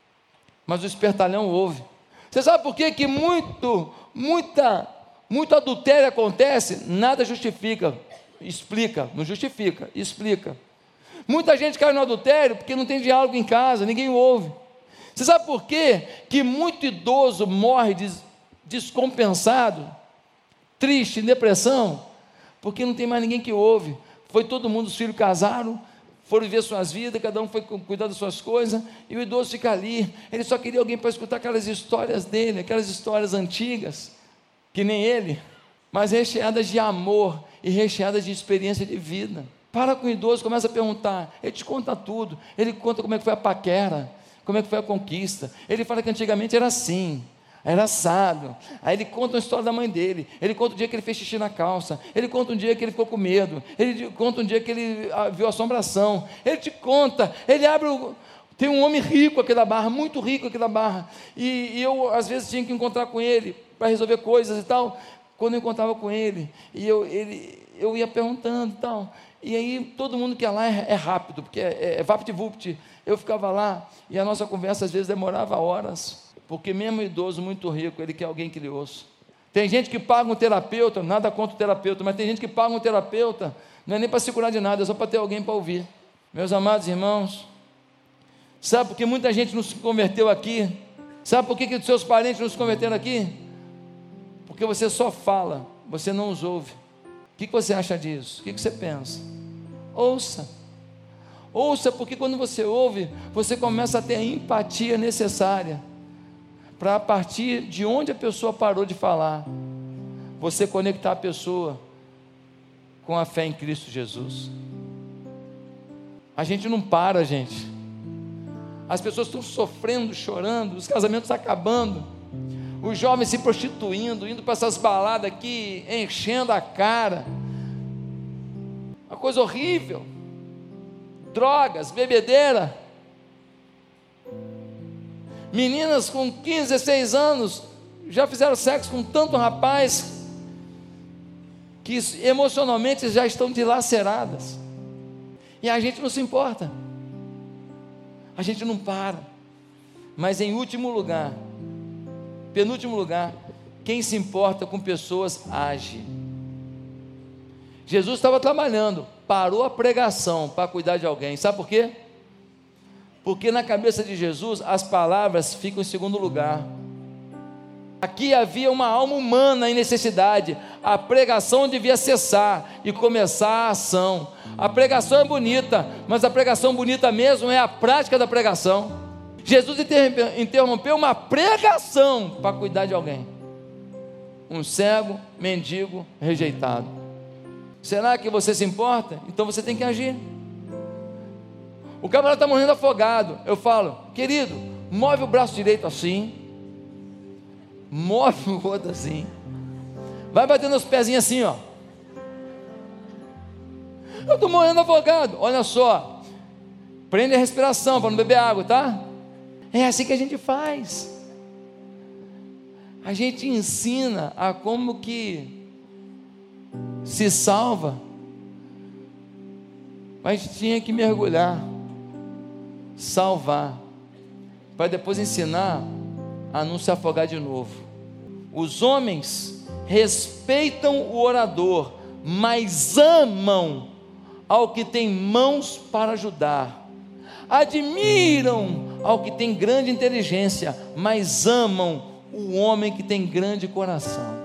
Speaker 2: mas o espertalhão ouve. Você sabe por que, que muito, muita, muito adultério acontece? Nada justifica, explica, não justifica, explica. Muita gente cai no adultério porque não tem diálogo em casa, ninguém ouve. Você sabe por quê? Que muito idoso morre descompensado, triste, em depressão, porque não tem mais ninguém que ouve. Foi todo mundo, os filhos casaram, foram viver suas vidas, cada um foi cuidar das suas coisas, e o idoso fica ali. Ele só queria alguém para escutar aquelas histórias dele, aquelas histórias antigas, que nem ele, mas recheadas de amor e recheadas de experiência de vida. Para com o idoso, começa a perguntar, ele te conta tudo, ele conta como é que foi a paquera, como é que foi a conquista. Ele fala que antigamente era assim, era assado. Aí ele conta a história da mãe dele, ele conta o dia que ele fez xixi na calça, ele conta um dia que ele ficou com medo, ele conta um dia que ele viu a assombração, ele te conta, ele abre o... Tem um homem rico aqui da Barra, muito rico aqui da Barra, e, e eu às vezes tinha que encontrar com ele, para resolver coisas e tal. Quando eu encontrava com ele, e eu, ele, eu ia perguntando e tal, e aí todo mundo que ia lá é, é rápido, porque é, é vapt-vupt. Eu ficava lá, e a nossa conversa às vezes demorava horas, porque mesmo idoso muito rico, ele quer alguém que lhe ouça. Tem gente que paga um terapeuta, nada contra o terapeuta, mas tem gente que paga um terapeuta, não é nem para se curar de nada, é só para ter alguém para ouvir. Meus amados irmãos, sabe por que muita gente não se converteu aqui? Sabe por que, que os seus parentes não se converteram aqui? Porque você só fala, você não os ouve. O que, que você acha disso? O que, que você pensa? Ouça. Ouça, porque quando você ouve, você começa a ter a empatia necessária para, a partir de onde a pessoa parou de falar, você conectar a pessoa com a fé em Cristo Jesus. A gente não para, gente. As pessoas estão sofrendo, chorando, os casamentos acabando, os jovens se prostituindo, indo para essas baladas aqui, enchendo a cara, uma coisa horrível, drogas, bebedeira, meninas com quinze, dezesseis anos, já fizeram sexo com tanto rapaz, que emocionalmente já estão dilaceradas, e a gente não se importa, a gente não para. Mas em último lugar, penúltimo lugar, quem se importa com pessoas age. Jesus estava trabalhando, parou a pregação para cuidar de alguém, sabe por quê? Porque na cabeça de Jesus as palavras ficam em segundo lugar. Aqui havia uma alma humana em necessidade, a pregação devia cessar e começar a ação. A pregação é bonita, mas a pregação bonita mesmo é a prática da pregação. Jesus interrompeu uma pregação para cuidar de alguém, um cego, mendigo, rejeitado. Será que você se importa? Então você tem que agir. O camarada está morrendo afogado, eu falo, querido, move o braço direito assim, move o outro assim, vai batendo os pezinhos assim, ó. Eu estou morrendo afogado, olha só, prende a respiração para não beber água, tá? É assim que a gente faz. A gente ensina a como que se salva, mas tinha que mergulhar, salvar, para depois ensinar a não se afogar de novo. Os homens respeitam o orador, mas amam ao que tem mãos para ajudar. Admiram ao que tem grande inteligência, mas amam o homem que tem grande coração.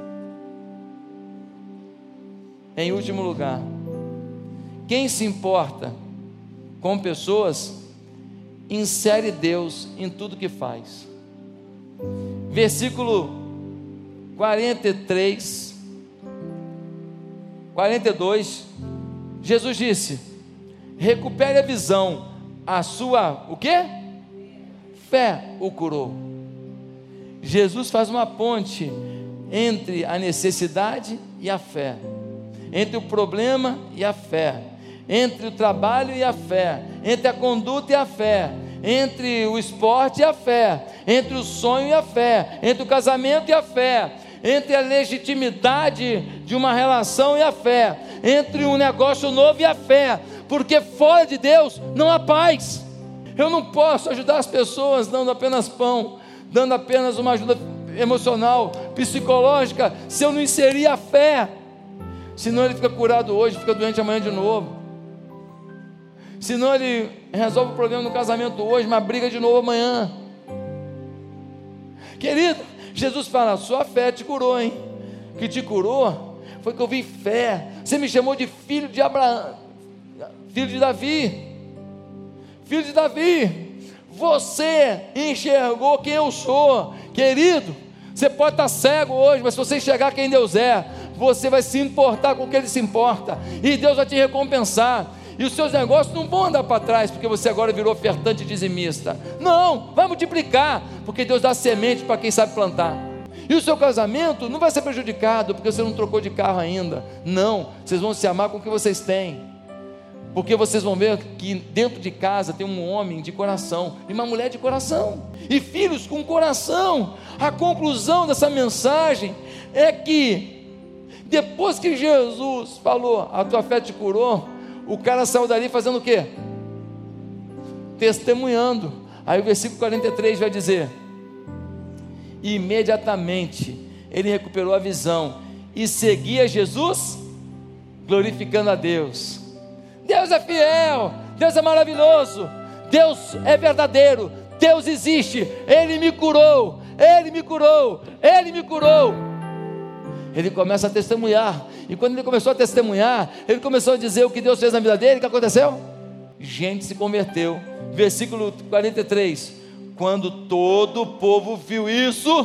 Speaker 2: Em último lugar, quem se importa com pessoas, insere Deus em tudo que faz. Versículo quarenta e três, quarenta e dois, Jesus disse: recupere a visão, a sua, o quê? Fé o curou. Jesus faz uma ponte entre a necessidade e a fé, entre o problema e a fé, entre o trabalho e a fé, entre a conduta e a fé, entre o esporte e a fé, entre o sonho e a fé, entre o casamento e a fé, entre a legitimidade de uma relação e a fé, entre um negócio novo e a fé, porque fora de Deus não há paz. Eu não posso ajudar as pessoas dando apenas pão, dando apenas uma ajuda emocional, psicológica, se eu não inserir a fé. Senão ele fica curado hoje, fica doente amanhã de novo. Senão ele resolve o problema no casamento hoje, mas briga de novo amanhã. Querido, Jesus fala: sua fé te curou, hein? Que te curou foi que eu vi fé. Você me chamou de filho de Abraão, filho de Davi, filho de Davi. Você enxergou quem eu sou, querido. Você pode estar cego hoje, mas se você enxergar quem Deus é, você vai se importar com o que Ele se importa, e Deus vai te recompensar. E os seus negócios não vão andar para trás, porque você agora virou ofertante dizimista. Não, vai multiplicar, porque Deus dá semente para quem sabe plantar. E o seu casamento não vai ser prejudicado, porque você não trocou de carro ainda. Não, vocês vão se amar com o que vocês têm, porque vocês vão ver que dentro de casa tem um homem de coração e uma mulher de coração, e filhos com coração. A conclusão dessa mensagem é que depois que Jesus falou: a tua fé te curou, o cara saiu dali fazendo o quê? Testemunhando. Aí o versículo quarenta e três vai dizer: e imediatamente ele recuperou a visão e seguia Jesus, glorificando a Deus. Deus é fiel, Deus é maravilhoso, Deus é verdadeiro, Deus existe. Ele me curou, Ele me curou, Ele me curou. Ele começa a testemunhar, e quando ele começou a testemunhar, ele começou a dizer o que Deus fez na vida dele. O que aconteceu? Gente se converteu. Versículo quarenta e três: quando todo o povo viu isso,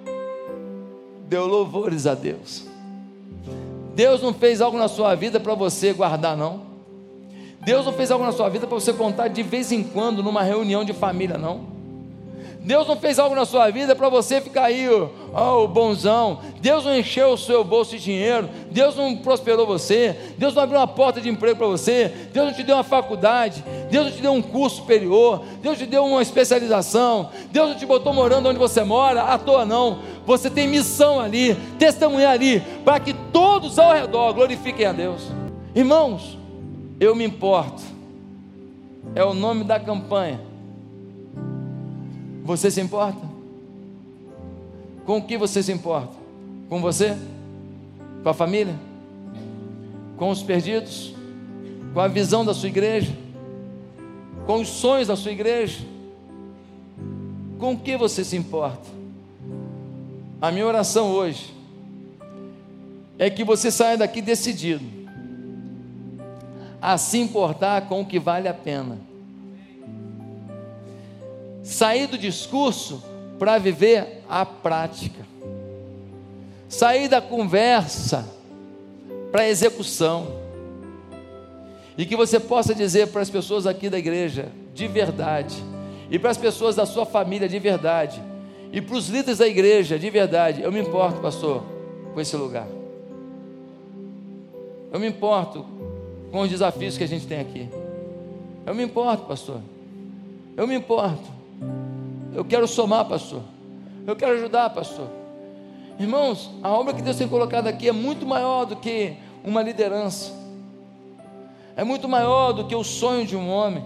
Speaker 2: deu louvores a Deus. Deus não fez algo na sua vida para você guardar, não. Deus não fez algo na sua vida para você contar de vez em quando numa reunião de família, não. Deus não fez algo na sua vida para você ficar aí, ó, ó, o bonzão. Deus não encheu o seu bolso de dinheiro, Deus não prosperou você, Deus não abriu uma porta de emprego para você, Deus não te deu uma faculdade, Deus não te deu um curso superior, Deus te deu uma especialização, Deus não te botou morando onde você mora à toa, não. Você tem missão ali, testemunhar ali, para que todos ao redor glorifiquem a Deus. Irmãos, eu me importo, é o nome da campanha. Você se importa? Com o que você se importa? Com você? Com a família? Com os perdidos? Com a visão da sua igreja? Com os sonhos da sua igreja? Com o que você se importa? A minha oração hoje é que você saia daqui decidido a se importar com o que vale a pena. Sair do discurso para viver a prática. Sair da conversa para a execução. E que você possa dizer para as pessoas aqui da igreja, de verdade, e para as pessoas da sua família, de verdade, e para os líderes da igreja, de verdade: eu me importo, pastor, com esse lugar. Eu me importo com os desafios que a gente tem aqui. Eu me importo, pastor. Eu me importo. Eu quero somar, pastor. Eu quero ajudar, pastor. Irmãos, a obra que Deus tem colocado aqui é muito maior do que uma liderança. É muito maior do que o sonho de um homem.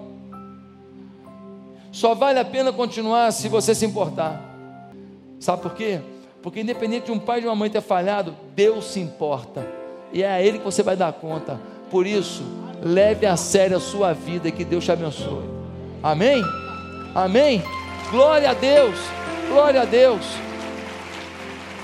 Speaker 2: Só vale a pena continuar se você se importar. Sabe por quê? Porque independente de um pai e de uma mãe ter falhado, Deus se importa, e é a Ele que você vai dar conta. Por isso, leve a sério a sua vida, e que Deus te abençoe. Amém? Amém? Glória a Deus, glória a Deus.